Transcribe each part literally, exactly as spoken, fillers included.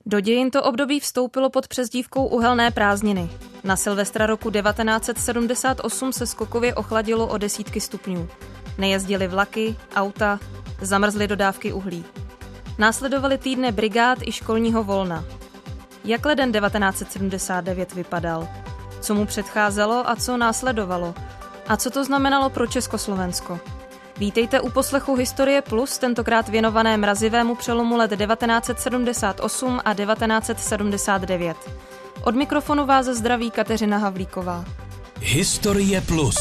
Do dějin to období vstoupilo pod přezdívkou uhelné prázdniny. Na Silvestra roku devatenáct set sedmdesát osm se skokově ochladilo o desítky stupňů. Nejezdily vlaky, auta, zamrzly dodávky uhlí. Následovaly týdny brigád i školního volna. Jak leden devatenáct set sedmdesát devět vypadal? Co mu předcházelo a co následovalo? A co to znamenalo pro Československo? Vítejte u poslechu Historie Plus, tentokrát věnované mrazivému přelomu let devatenáct set sedmdesát osm a devatenáct set sedmdesát devět. Od mikrofonu vás zdraví Kateřina Havlíková. Historie Plus.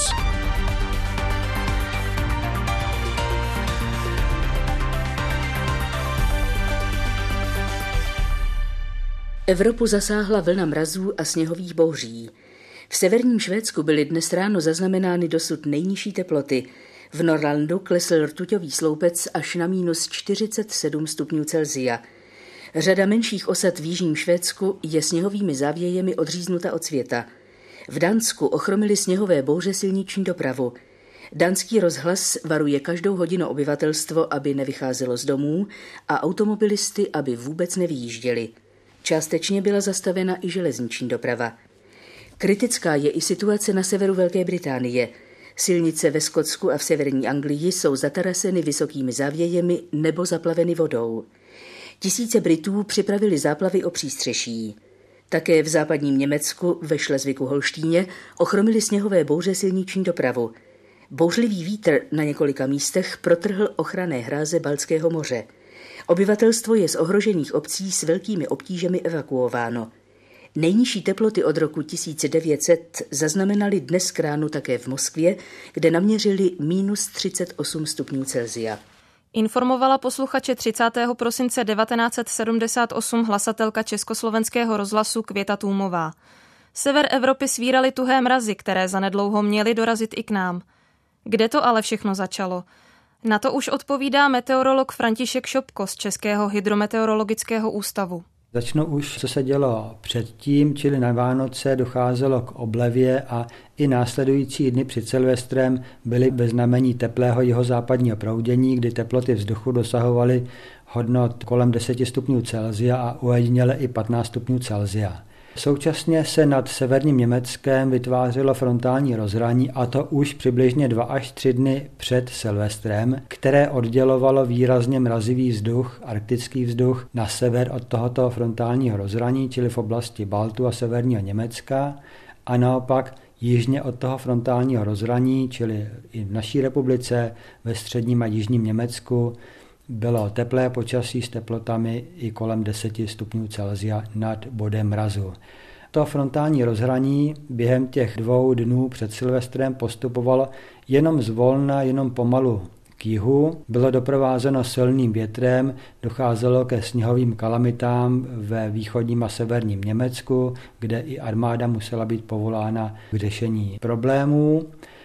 Evropu zasáhla vlna mrazů a sněhových bouří. V severním Švédsku byly dnes ráno zaznamenány dosud nejnižší teploty. V Norrlandu klesl rtuťový sloupec až na minus čtyřicet sedm stupňů Celsia. Řada menších osad v jižním Švédsku je sněhovými závějemi odříznuta od světa. V Dánsku ochromily sněhové bouře silniční dopravu. Dánský rozhlas varuje každou hodinu obyvatelstvo, aby nevycházelo z domů, a automobilisty, aby vůbec nevyjížděli. Částečně byla zastavena i železniční doprava. Kritická je i situace na severu Velké Británie. Silnice ve Skotsku a v severní Anglii jsou zataraseny vysokými závějemi nebo zaplaveny vodou. Tisíce Britů připravili záplavy o přístřeší. Také v západním Německu ve Šlezviku-Holštíně ochromily sněhové bouře silniční dopravu. Bouřlivý vítr na několika místech protrhl ochranné hráze Baltského moře. Obyvatelstvo je z ohrožených obcí s velkými obtížemi evakuováno. Nejnižší teploty od roku tisíc devět set zaznamenali dnes k ránu také v Moskvě, kde naměřili minus třicet osm stupňů Celsia. Informovala posluchače třicátého prosince devatenáct set sedmdesát osm hlasatelka Československého rozhlasu Květa Tůmová. Sever Evropy svíraly tuhé mrazy, které zanedlouho měly dorazit i k nám. Kde to ale všechno začalo? Na to už odpovídá meteorolog František Šopko z Českého hydrometeorologického ústavu. Začnu už, co se dělo předtím, čili na Vánoce docházelo k oblevě a i následující dny před Silvestrem byly ve znamení teplého jihozápadního proudění, kdy teploty vzduchu dosahovaly hodnot kolem deset stupňů Celsia a ojediněle i patnáct stupňů Celsia. Současně se nad severním Německem vytvářelo frontální rozhraní, a to už přibližně dva až tři dny před Silvestrem, které oddělovalo výrazně mrazivý vzduch, arktický vzduch, na sever od tohoto frontálního rozhraní, čili v oblasti Baltu a severního Německa, a naopak jižně od toho frontálního rozhraní, čili i v naší republice, ve středním a jižním Německu, bylo teplé počasí s teplotami i kolem deset stupňů Celsia nad bodem mrazu. To frontální rozhraní během těch dvou dnů před Silvestrem postupovalo jenom zvolna, jenom pomalu k jihu. Bylo doprovázeno silným větrem, docházelo ke sněhovým kalamitám ve východním a severním Německu, kde i armáda musela být povolána k řešení problémů.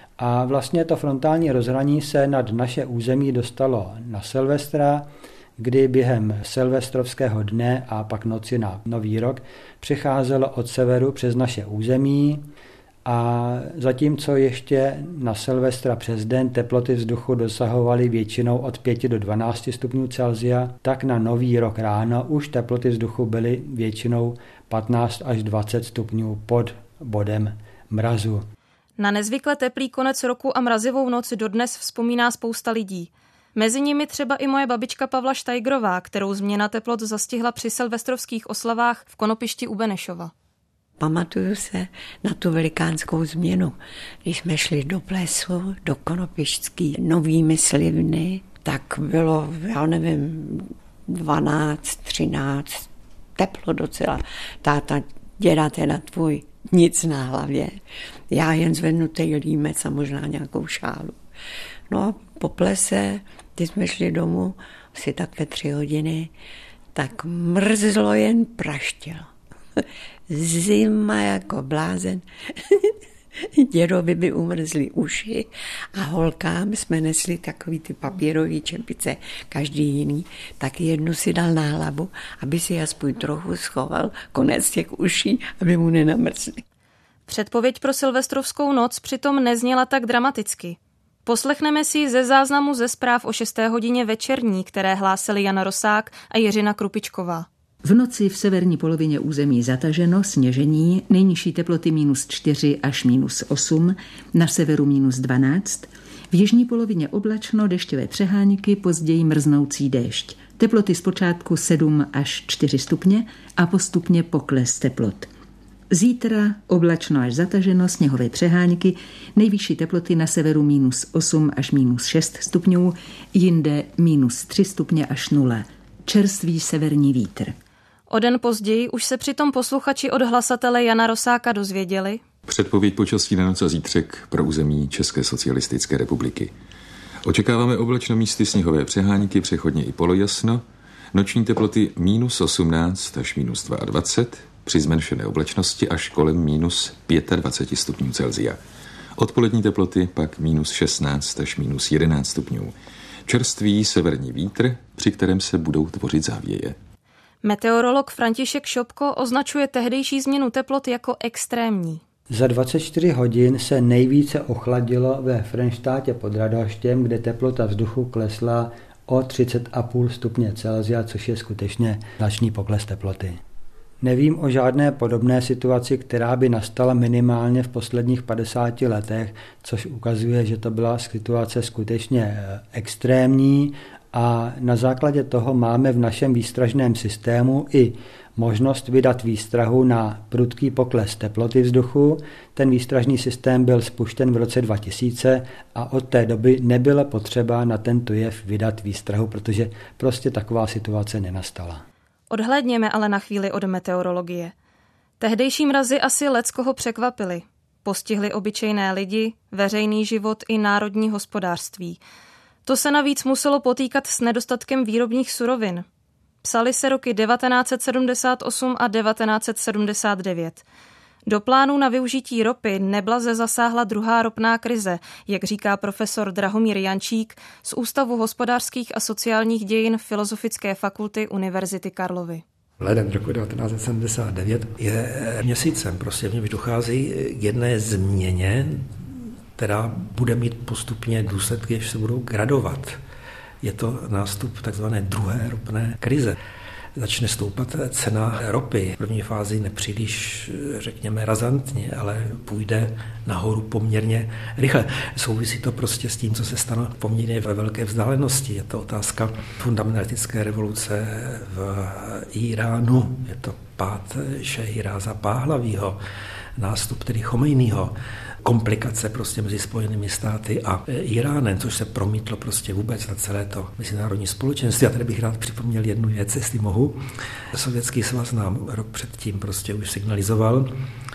A vlastně to frontální rozhraní se nad naše území dostalo na Silvestra, kdy během silvestrovského dne a pak noci na Nový rok přecházelo od severu přes naše území, a zatímco ještě na Silvestra přes den teploty vzduchu dosahovaly většinou od pěti do dvanácti stupňů Celsia, tak na Nový rok ráno už teploty vzduchu byly většinou patnáct až dvacet stupňů pod bodem mrazu. Na nezvykle teplý konec roku a mrazivou noc dodnes vzpomíná spousta lidí. Mezi nimi třeba i moje babička Pavla Štajgrová, kterou změna teplot zastihla při silvestrovských oslavách v Konopišti u Benešova. Pamatuju se na tu velikánskou změnu. Když jsme šli do plesu, do Konopištský novými slivny, tak bylo, já nevím, dvanáct, třináct, teplo docela. Táta, děda teda tvůj, nic na hlavě. Já jen zvednutý límec a možná nějakou šálu. No a po plese, když jsme šli domů, asi tak ve tři hodiny, tak mrzlo, jen praštilo. Zima jako blázen. Dědovi by umrzly uši a holkám jsme nesli takový ty papírové čepice, každý jiný, tak jednu si dal na hlavu, aby si aspoň trochu schoval konec těch uší, aby mu nenamrzli. Předpověď pro silvestrovskou noc přitom nezněla tak dramaticky. Poslechneme si ji ze záznamu ze zpráv o šesté hodině večerní, které hlásili Jan Rosák a Jiřina Krupičková. V noci v severní polovině území zataženo, sněžení, nejnižší teploty minus čtyři až minus osm, na severu minus dvanáct, v jižní polovině oblačno, dešťové přehánky, později mrznoucí déšť. Teploty zpočátku sedm až čtyři stupně a postupně pokles teplot. Zítra oblačno až zataženo, sněhové přehánky, nejvyšší teploty na severu minus osm až minus šest stupňů, jinde minus tři stupně až nula. Čerstvý severní vítr. O den později už se přitom posluchači od hlasatele Jana Rosáka dozvěděli. Předpověď počasí na noc a zítřek pro území České socialistické republiky. Očekáváme oblačno, místy sněhové přehánky, přechodně i polojasno, noční teploty minus osmnáct až minus dvacet dva, při zmenšené oblačnosti až kolem minus dvacet pět stupňů Celsia. Odpolední teploty pak minus šestnáct až minus jedenáct stupňů. Čerstvý severní vítr, při kterém se budou tvořit závěje. Meteorolog František Šopko označuje tehdejší změnu teplot jako extrémní. Za dvacet čtyři hodin se nejvíce ochladilo ve Frenštátě pod Radhoštěm, kde teplota vzduchu klesla o třicet celá pět stupně Celsia, což je skutečně značný pokles teploty. Nevím o žádné podobné situaci, která by nastala minimálně v posledních padesáti letech, což ukazuje, že to byla situace skutečně extrémní a na základě toho máme v našem výstražném systému i možnost vydat výstrahu na prudký pokles teploty vzduchu. Ten výstražný systém byl spuštěn v roce dva tisíce a od té doby nebyla potřeba na tento jev vydat výstrahu, protože prostě taková situace nenastala. Odhlédněme ale na chvíli od meteorologie. Tehdejší mrazy asi leckoho překvapily. Postihly obyčejné lidi, veřejný život i národní hospodářství. To se navíc muselo potýkat s nedostatkem výrobních surovin. Psaly se roky devatenáct set sedmdesát osm a devatenáct set sedmdesát devět. Do plánů na využití ropy neblaze zasáhla druhá ropná krize, jak říká profesor Drahomír Jančík z Ústavu hospodářských a sociálních dějin Filozofické fakulty Univerzity Karlovy. Leden roku devatenáct set sedmdesát devět je měsícem, prostě v něm dochází k jedné změně, která bude mít postupně důsledky, až se budou gradovat. Je to nástup takzvané druhé ropné krize. Začne stoupat cena ropy. V první fázi nepříliš, řekněme, razantně, ale půjde nahoru poměrně rychle. Souvisí to prostě s tím, co se stane poměrně ve velké vzdálenosti. Je to otázka fundamentalistické revoluce v Iránu. Je to pád šéhy Ráza Páhlavího, nástup tedy Chomejního, komplikace prostě mezi Spojenými státy a Iránem, což se promítlo prostě vůbec na celé to mezinárodní společenství. A tady bych rád připomněl jednu věc, jestli mohu. Sovětský svaz nám rok předtím prostě už signalizoval,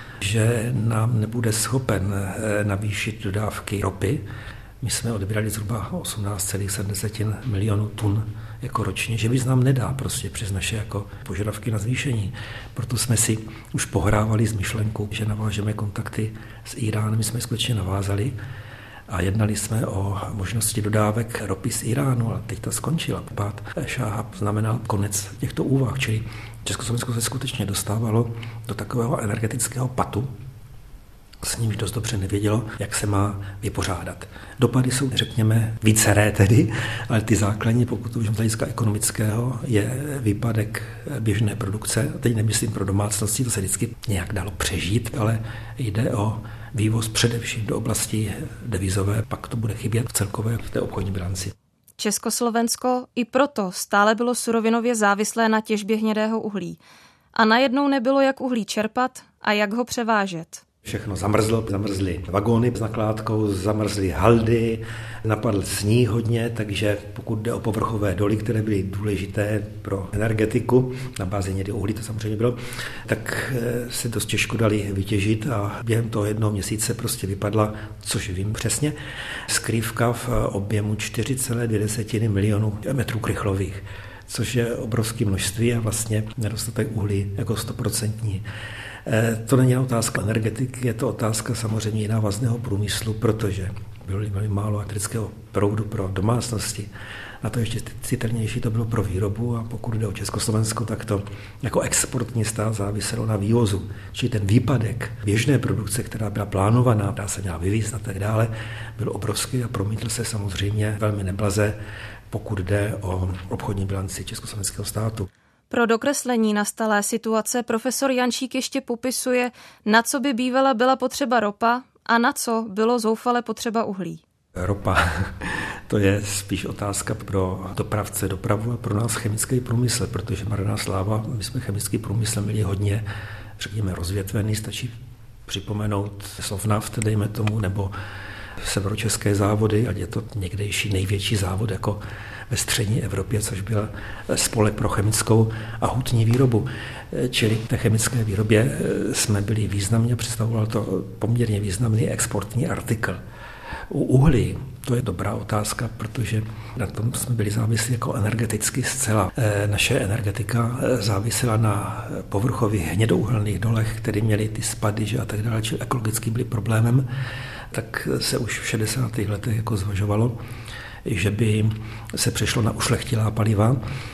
že nám nebude schopen navýšit dodávky ropy. My jsme odebírali zhruba osmnáct celá sedm milionů tun jako ročně, že víc nám nedá prostě přes naše jako požadavky na zvýšení. Proto jsme si už pohrávali s myšlenkou, že navážeme kontakty s Iránem. My jsme skutečně navázali a jednali jsme o možnosti dodávek ropy z Iránu, ale teď to skončila. Pád šáha znamenal konec těchto úvah, čili Československo se skutečně dostávalo do takového energetického patu, s nímž dost dobře nevědělo, jak se má vypořádat. Dopady jsou, řekněme, víceré tedy, ale ty základní, pokud to už z hlediska ekonomického, je výpadek běžné produkce. Teď nemyslím pro domácnosti, to se vždycky nějak dalo přežít, ale jde o vývoz především do oblasti devizové, pak to bude chybět v celkové v té obchodní bilanci. Československo i proto stále bylo surovinově závislé na těžbě hnědého uhlí. A najednou nebylo, jak uhlí čerpat a jak ho převážet. Všechno zamrzlo, zamrzly vagóny s nakládkou, zamrzly haldy, napadl sníh hodně, takže pokud jde o povrchové doly, které byly důležité pro energetiku, na bázi hnědého uhlí to samozřejmě bylo, tak se dost těžko dali vytěžit a během toho jednoho měsíce prostě vypadla, což vím přesně, skrývka v objemu čtyři celé dvě milionu metrů krychlových, což je obrovské množství a vlastně nedostatek uhlí jako stoprocentní. To není otázka energetiky, je to otázka samozřejmě i návazného průmyslu, protože bylo velmi málo elektrického proudu pro domácnosti. Na to ještě citelnější to bylo pro výrobu a pokud jde o Československo, tak to jako exportní stát záviselo na vývozu. Čili ten výpadek běžné produkce, která byla plánovaná, dá se měla vyvízt a tak dále, byl obrovský a promítl se samozřejmě velmi neblaze, pokud jde o obchodní bilanci Československého státu. Pro dokreslení nastalé situace profesor Jančík ještě popisuje, na co by bývala byla potřeba ropa a na co bylo zoufale potřeba uhlí. Ropa, to je spíš otázka pro dopravce, dopravu a pro nás chemický průmysl, protože marná sláva, my jsme chemický průmysl měli hodně, řekněme, rozvětvený, stačí připomenout Slovnaft, dejme tomu, nebo severočeské závody, ať je to někdejší největší závod jako ve střední Evropě, což byl spolek pro chemickou a hutní výrobu. Čili v té chemické výrobě jsme byli významně, představoval to poměrně významný exportní artikl. U uhlí to je dobrá otázka, protože na tom jsme byli závislí jako energeticky zcela. Naše energetika závisela na povrchových hnědouhelných dolech, které měly ty spady, že a tak dále, čili ekologicky byly problémem, tak se už v šedesátých letech jako zvažovalo, že by se přešlo na ušlechtilá paliva.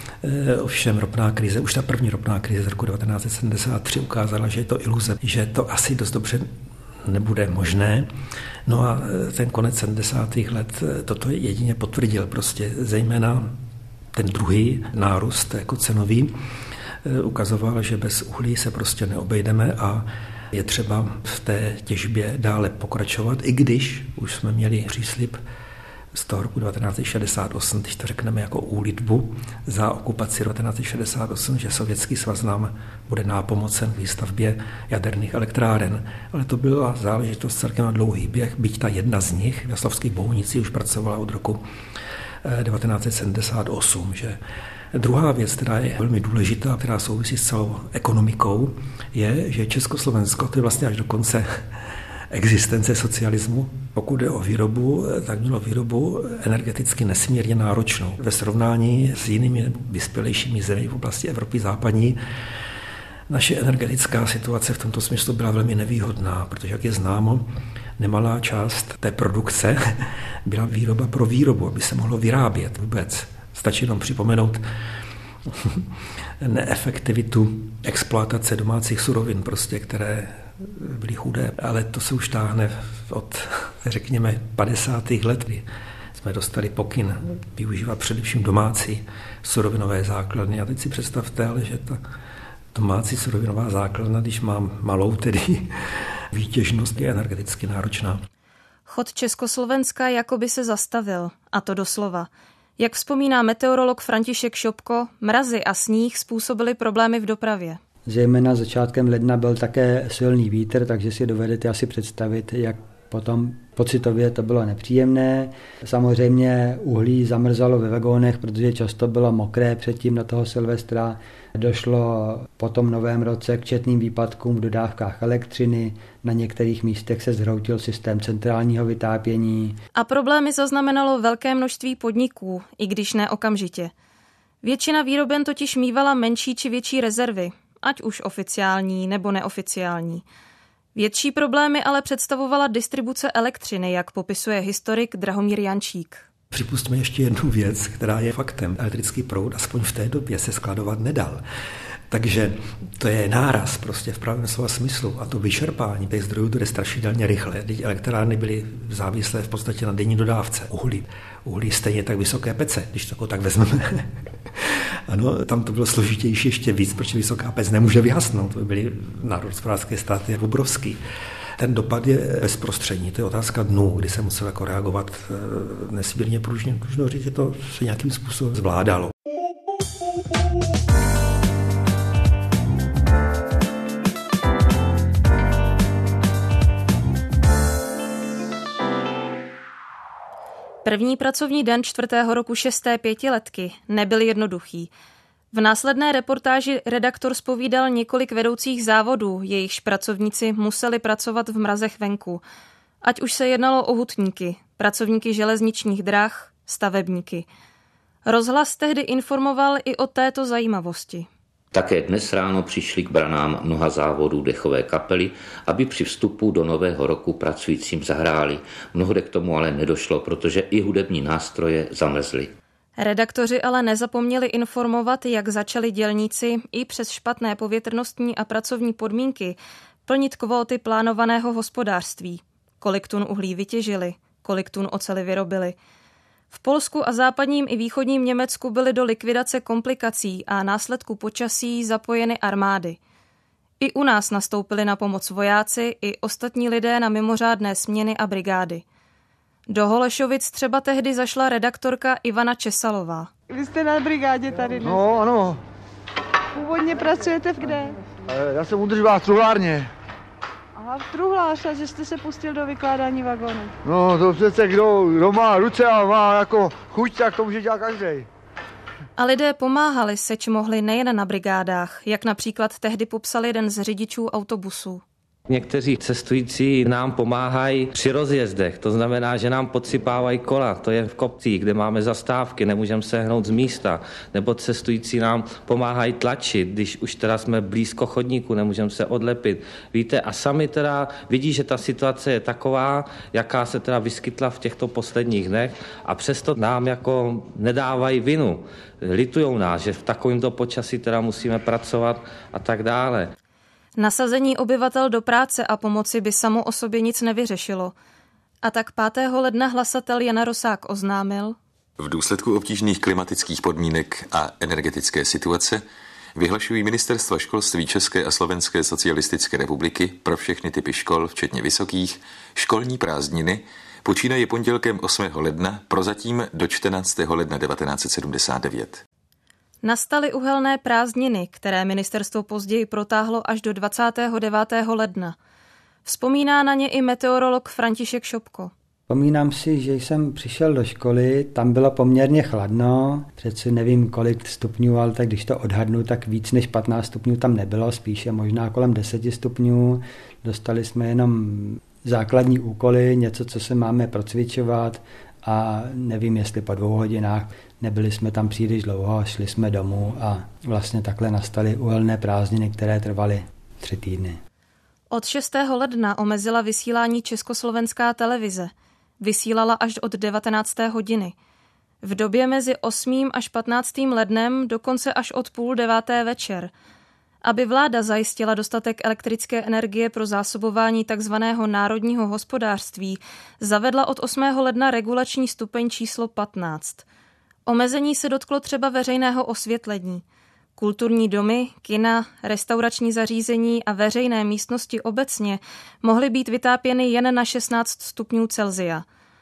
Ovšem ropná krize, už ta první ropná krize z roku devatenáct set sedmdesát tři ukázala, že je to iluze, že to asi dost dobře nebude možné. No a ten konec sedmdesátých let toto jedině potvrdil, prostě zejména ten druhý nárůst jako cenový ukazoval, že bez uhlí se prostě neobejdeme a je třeba v té těžbě dále pokračovat, i když už jsme měli příslib z toho roku devatenáct set šedesát osm, když to řekneme jako úlitbu za okupaci devatenáct set šedesát osm, že Sovětský svaz nám bude nápomocen v výstavbě jaderných elektráren. Ale to byla záležitost celkem na dlouhý běh, byť ta jedna z nich v Jaslovských Bohunicích už pracovala od roku devatenáct set sedmdesát osm. Že? Druhá věc, která je velmi důležitá, která souvisí s celou ekonomikou, je, že Československo, to je vlastně až do konce existence socialismu, pokud jde o výrobu, tak mělo výrobu energeticky nesmírně náročnou. Ve srovnání s jinými vyspělejšími zeměmi v oblasti Evropy západní naše energetická situace v tomto smyslu byla velmi nevýhodná, protože, jak je známo, nemalá část té produkce byla výroba pro výrobu, aby se mohlo vyrábět vůbec. Stačí jenom připomenout neefektivitu exploatace domácích surovin, prostě, které byly chudé, ale to se už táhne od, řekněme, padesátých let, kdy jsme dostali pokyn využívat především domácí surovinové základny. A teď si představte, ale že ta domácí surovinová základna, když mám malou tedy výtěžnost, je energeticky náročná. Chod Československa jakoby se zastavil, a to doslova. Jak vzpomíná meteorolog František Šopko, mrazy a sníh způsobily problémy v dopravě. Zejména začátkem ledna byl také silný vítr, takže si dovedete asi představit, jak potom pocitově to bylo nepříjemné. Samozřejmě uhlí zamrzalo ve vagónech, protože často bylo mokré předtím na toho Silvestra. Došlo po tom novém roce k četným výpadkům v dodávkách elektřiny. Na některých místech se zhroutil systém centrálního vytápění. A problémy zaznamenalo velké množství podniků, i když ne okamžitě. Většina výroben totiž mívala menší či větší rezervy, ať už oficiální nebo neoficiální. Větší problémy ale představovala distribuce elektřiny, jak popisuje historik Drahomír Jančík. Připustíme ještě jednu věc, která je faktem. Elektrický proud aspoň v té době se skladovat nedal. Takže to je náraz prostě v pravém slova smyslu a to vyčerpání těch zdrojů to jde strašidelně rychle. Teď elektrárny byly závislé v podstatě na denní dodávce uhlí. Uhlí stejně tak vysoké pece, když to tak vezmeme. Ano, tam to bylo složitější ještě víc, protože vysoká pec nemůže vyhasnout. To by byly národohospodářské státy obrovský. Ten dopad je bezprostřední, to je otázka dnů, kdy se musel jako reagovat nesmírně pružně. Můžu říct, že to se nějakým způsobem zvládalo. První pracovní den čtvrtého roku šesté pětiletky nebyl jednoduchý. V následné reportáži redaktor zpovídal několik vedoucích závodů, jejichž pracovníci museli pracovat v mrazech venku. Ať už se jednalo o hutníky, pracovníky železničních drah, stavebníky. Rozhlas tehdy informoval i o této zajímavosti. Také dnes ráno přišli k branám mnoha závodů dechové kapely, aby při vstupu do nového roku pracujícím zahráli. Mnohde k tomu ale nedošlo, protože i hudební nástroje zamrzly. Redaktoři ale nezapomněli informovat, jak začali dělníci i přes špatné povětrnostní a pracovní podmínky plnit kvóty plánovaného hospodářství. Kolik tun uhlí vytěžili, kolik tun oceli vyrobili. V Polsku a západním i východním Německu byly do likvidace komplikací a následků počasí zapojeny armády. I u nás nastoupili na pomoc vojáci i ostatní lidé na mimořádné směny a brigády. Do Holešovic třeba tehdy zašla redaktorka Ivana Česalová. Vy jste na brigádě tady dnes? No, ano. Původně pracujete v kde? Já jsem udržová v truhlárně. Aha, v truhlář, a že jste se pustil do vykládání vagónů. No, to přece kdo, kdo má ruce a má jako chuť, tak to může dělat každý. A lidé pomáhali, seč mohli nejen na brigádách, jak například tehdy popsal jeden z řidičů autobusu. Někteří cestující nám pomáhají při rozjezdech, to znamená, že nám podsypávají kola, to je v kopcích, kde máme zastávky, nemůžeme se hnout z místa, nebo cestující nám pomáhají tlačit, když už teda jsme blízko chodníku, nemůžeme se odlepit. Víte, a sami teda vidí, že ta situace je taková, jaká se teda vyskytla v těchto posledních dnech, a přesto nám jako nedávají vinu. Litujou nás, že v takovémto počasí teda musíme pracovat a tak dále. Nasazení obyvatel do práce a pomoci by samo o sobě nic nevyřešilo. A tak pátého ledna hlasatel Jan Rosák oznámil: v důsledku obtížných klimatických podmínek a energetické situace vyhlašují ministerstva školství České a Slovenské socialistické republiky pro všechny typy škol, včetně vysokých, školní prázdniny, počínaje pondělkem osmého ledna, prozatím do čtrnáctého ledna devatenáct set sedmdesát devět. Nastaly uhelné prázdniny, které ministerstvo později protáhlo až do dvacátého devátého ledna. Vzpomíná na ně i meteorolog František Šopko. Vzpomínám si, že jsem přišel do školy, tam bylo poměrně chladno, přeci nevím kolik stupňů, ale tak když to odhadnu, tak víc než patnáct stupňů tam nebylo, spíše možná kolem deset stupňů. Dostali jsme jenom základní úkoly, něco, co se máme procvičovat, a nevím, jestli po dvou hodinách, nebyli jsme tam příliš dlouho, šli jsme domů a vlastně takhle nastaly uhelné prázdniny, které trvaly tři týdny. Od šestého ledna omezila vysílání Československá televize. Vysílala až od devatenácté hodiny. V době mezi osmým až patnáctým lednem dokonce až od půl deváté večer. Aby vláda zajistila dostatek elektrické energie pro zásobování tzv. Národního hospodářství, zavedla od osmého ledna regulační stupeň číslo patnáct. Omezení se dotklo třeba veřejného osvětlení. Kulturní domy, kina, restaurační zařízení a veřejné místnosti obecně mohly být vytápěny jen na šestnáct stupňů Celsia.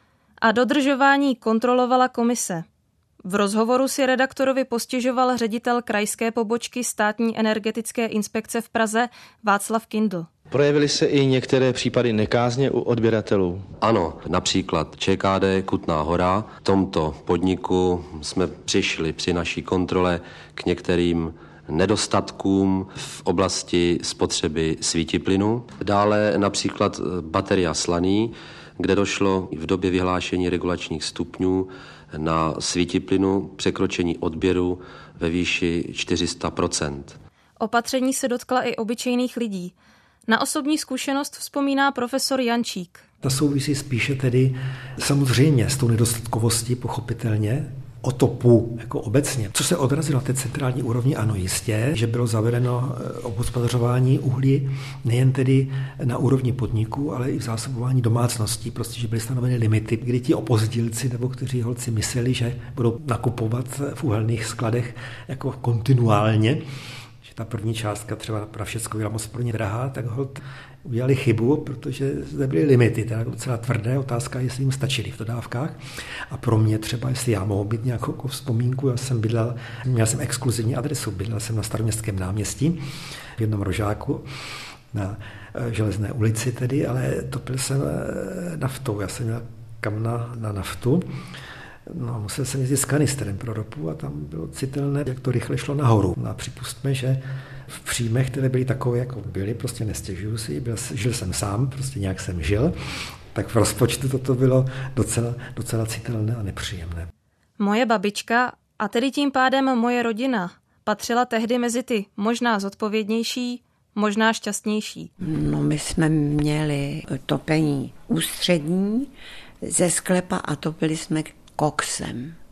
A dodržování kontrolovala komise. V rozhovoru si redaktorovi postěžoval ředitel krajské pobočky Státní energetické inspekce v Praze Václav Kindl. Projevily se i některé případy nekázně u odběratelů. Ano, například ČKD Kutná Hora. V tomto podniku jsme přišli při naší kontrole k některým nedostatkům v oblasti spotřeby svítiplynu. Dále například bateria slaný, kde došlo v době vyhlášení regulačních stupňů na svítiplynu překročení odběru ve výši čtyři sta procent. Opatření se dotkla i obyčejných lidí. Na osobní zkušenost vzpomíná profesor Jančík. Ta souvisí spíše tedy samozřejmě s tou nedostatkovostí, pochopitelně, o topu jako obecně. Co se odrazilo na té centrální úrovni, ano jistě, že bylo zavedeno obhospodařování uhlí nejen tedy na úrovni podniků, ale i v zásobování domácností, prostě, že byly stanoveny limity, kdy ti opozdilci nebo kteří holci mysleli, že budou nakupovat v uhelných skladech jako kontinuálně, že ta první částka třeba pro všecko byla moc pro ně drahá, tak holt udělali chybu, protože zde byly limity, teda docela tvrdé, otázka, jestli jim stačily v dodávkách. A pro mě třeba, jestli já mohu být nějakou vzpomínku, já jsem bydlel, měl jsem exkluzivní adresu, bydlel jsem na Staroměstském náměstí, v jednom rožáku, na Železné ulici tedy, ale topil jsem naftou, já jsem měl kam na, na naftu. No, musel jsem jezdit s kanistrem pro ropu a tam bylo citelné, jak to rychle šlo nahoru. No a připustme, že v příjmech, které byly takové, jako byly, prostě nestěžuju si, byl, žil jsem sám, prostě nějak jsem žil, tak v rozpočtu toto bylo docela, docela citelné a nepříjemné. Moje babička, a tedy tím pádem moje rodina, patřila tehdy mezi ty možná zodpovědnější, možná šťastnější. No, my jsme měli topení ústřední ze sklepa a topili jsme koksem.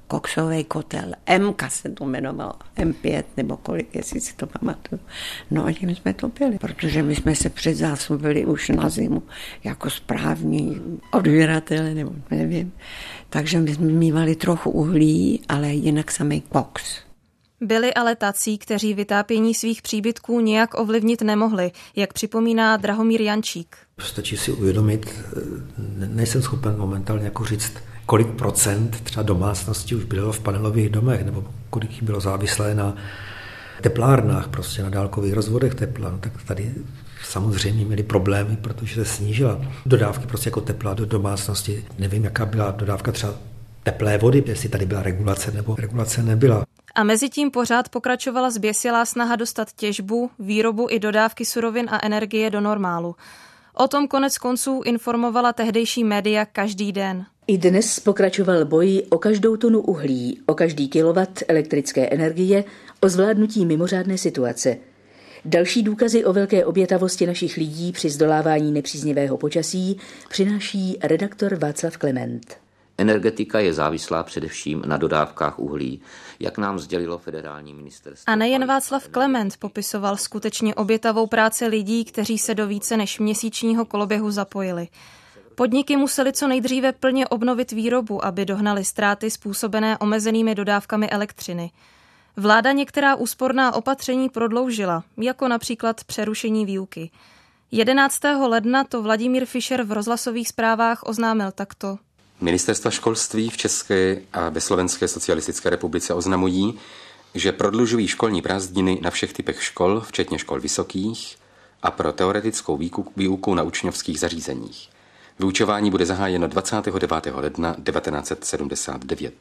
koksový kotel, Emka se to jmenovalo, em pět nebo kolik, jestli si to pamatuju. No a tím jsme to pili, protože my jsme se předzásobili už na zimu jako správní odběratele, nebo nevím. Takže my jsme mívali trochu uhlí, ale jinak samý koks. Byli ale tací, kteří vytápění svých příbytků nějak ovlivnit nemohli, jak připomíná Drahomír Jančík. Stačí si uvědomit, nejsem schopen momentálně jako říct, kolik procent třeba domácností už bylo v panelových domech, nebo kolik jich bylo závislé na teplárnách, prostě na dálkových rozvodech tepla. No, tak tady samozřejmě měli problémy, protože se snížila dodávky prostě jako tepla do domácnosti. Nevím, jaká byla dodávka třeba teplé vody, jestli tady byla regulace nebo regulace nebyla. A mezi tím pořád pokračovala zběsilá snaha dostat těžbu, výrobu i dodávky surovin a energie do normálu. O tom konec konců informovala tehdejší média každý den. I dnes pokračoval boj o každou tunu uhlí, o každý kilowatt elektrické energie, o zvládnutí mimořádné situace. Další důkazy o velké obětavosti našich lidí při zdolávání nepříznivého počasí přináší redaktor Václav Klement. Energetika je závislá především na dodávkách uhlí, jak nám sdělilo federální ministerstvo. A nejen Václav Klement popisoval skutečně obětavou práci lidí, kteří se do více než měsíčního koloběhu zapojili. Podniky musely co nejdříve plně obnovit výrobu, aby dohnali ztráty způsobené omezenými dodávkami elektřiny. Vláda některá úsporná opatření prodloužila, jako například přerušení výuky. jedenáctého ledna to Vladimír Fischer v rozhlasových zprávách oznámil takto. Ministerstva školství v České a ve Slovenské socialistické republice oznamují, že prodlužují školní prázdniny na všech typech škol, včetně škol vysokých, a pro teoretickou výuku na učňovských zařízeních. Vyučování bude zahájeno dvacátého devátého ledna devatenáct set sedmdesát devět.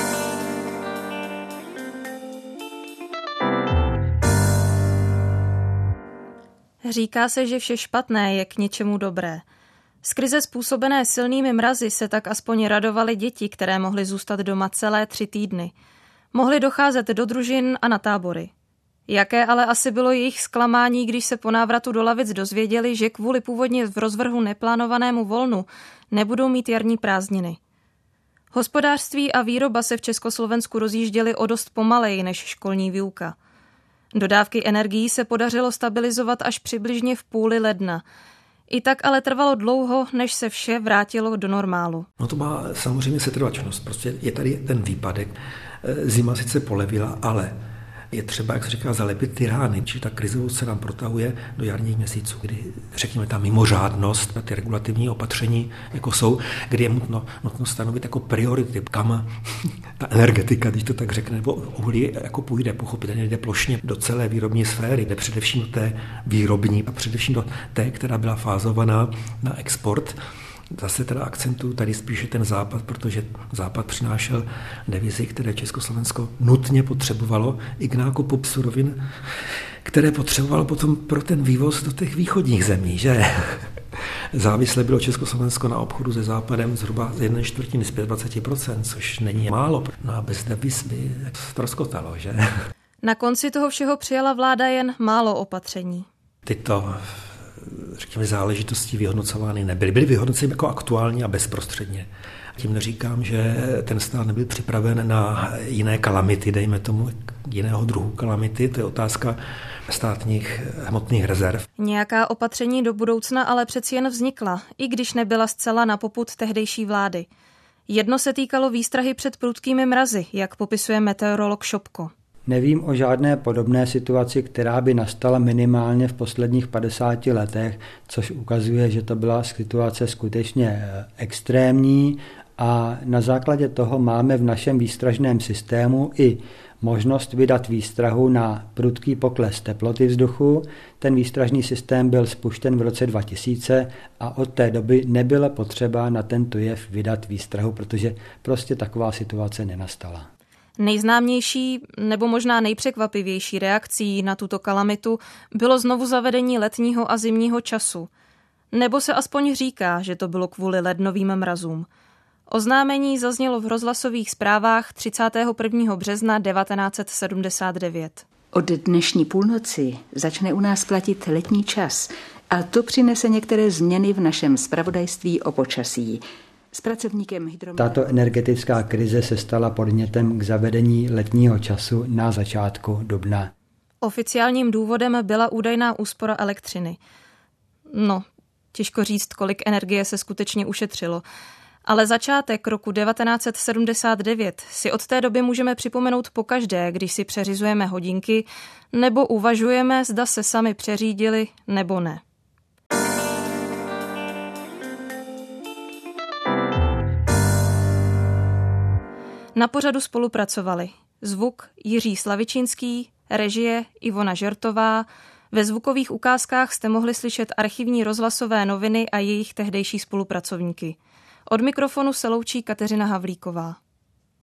Říká se, že vše špatné je k něčemu dobré. Z krize způsobené silnými mrazy se tak aspoň radovaly děti, které mohly zůstat doma celé tři týdny. Mohly docházet do družin a na tábory. Jaké ale asi bylo jejich zklamání, když se po návratu do lavic dozvěděli, že kvůli původně v rozvrhu neplánovanému volnu nebudou mít jarní prázdniny. Hospodářství a výroba se v Československu rozjížděly o dost pomaleji než školní výuka. Dodávky energií se podařilo stabilizovat až přibližně v půli ledna. I tak ale trvalo dlouho, než se vše vrátilo do normálu. No to má samozřejmě setrvačnost. Prostě je tady ten výpadek. Zima sice polevila, ale je třeba, jak se říká, zalepit ty rány. Čiže ta krizovost se nám protahuje do jarních měsíců, kdy, řekněme, ta mimořádnost, ty regulativní opatření, jako jsou, kdy je nutno, nutno stanovit jako priority, kam ta energetika, když to tak řekne, nebo uhlí jako půjde, pochopitelně jde plošně do celé výrobní sféry, jde především do té výrobní a především do té, která byla fázovaná na export. Zase teda akcentuju tady spíše ten západ, protože západ přinášel devizy, které Československo nutně potřebovalo i k nákupu surovin, které potřebovalo potom pro ten vývoz do těch východních zemí, že? Závislé bylo Československo na obchodu se západem zhruba z jedné čtvrtiny z dvacet procent, což není málo. No a bez deviz by ztroskotalo, že? Na konci toho všeho přijala vláda jen málo opatření. Tyto řekněme, záležitosti vyhodnocovány nebyly. Byly vyhodnoceny jako aktuální a bezprostředně. Tím neříkám, že ten stát nebyl připraven na jiné kalamity, dejme tomu jiného druhu kalamity. To je otázka státních hmotných rezerv. Nějaká opatření do budoucna ale přeci jen vznikla, i když nebyla zcela na popud tehdejší vlády. Jedno se týkalo výstrahy před prudkými mrazy, jak popisuje meteorolog Šopko. Nevím o žádné podobné situaci, která by nastala minimálně v posledních padesáti letech, což ukazuje, že to byla situace skutečně extrémní a na základě toho máme v našem výstražném systému i možnost vydat výstrahu na prudký pokles teploty vzduchu. Ten výstražný systém byl spuštěn v roce dva tisíce a od té doby nebyla potřeba na tento jev vydat výstrahu, protože prostě taková situace nenastala. Nejznámější nebo možná nejpřekvapivější reakcí na tuto kalamitu bylo znovu zavedení letního a zimního času. Nebo se aspoň říká, že to bylo kvůli lednovým mrazům. Oznámení zaznělo v rozhlasových zprávách třicátého prvního března devatenáct set sedmdesát devět. Od dnešní půlnoci začne u nás platit letní čas a to přinese některé změny v našem zpravodajství o počasí. s pracovníkem hydrometru. Tato energetická krize se stala podnětem k zavedení letního času na začátku dubna. Oficiálním důvodem byla údajná úspora elektřiny. No, těžko říct, kolik energie se skutečně ušetřilo. Ale začátek roku devatenáct set sedmdesát devět si od té doby můžeme připomenout pokaždé, když si přeřizujeme hodinky, nebo uvažujeme, zda se sami přeřídili, nebo ne. Na pořadu spolupracovali zvuk Jiří Slavičinský, režie Ivona Žertová. Ve zvukových ukázkách jste mohli slyšet archivní rozhlasové noviny a jejich tehdejší spolupracovníky. Od mikrofonu se loučí Kateřina Havlíková.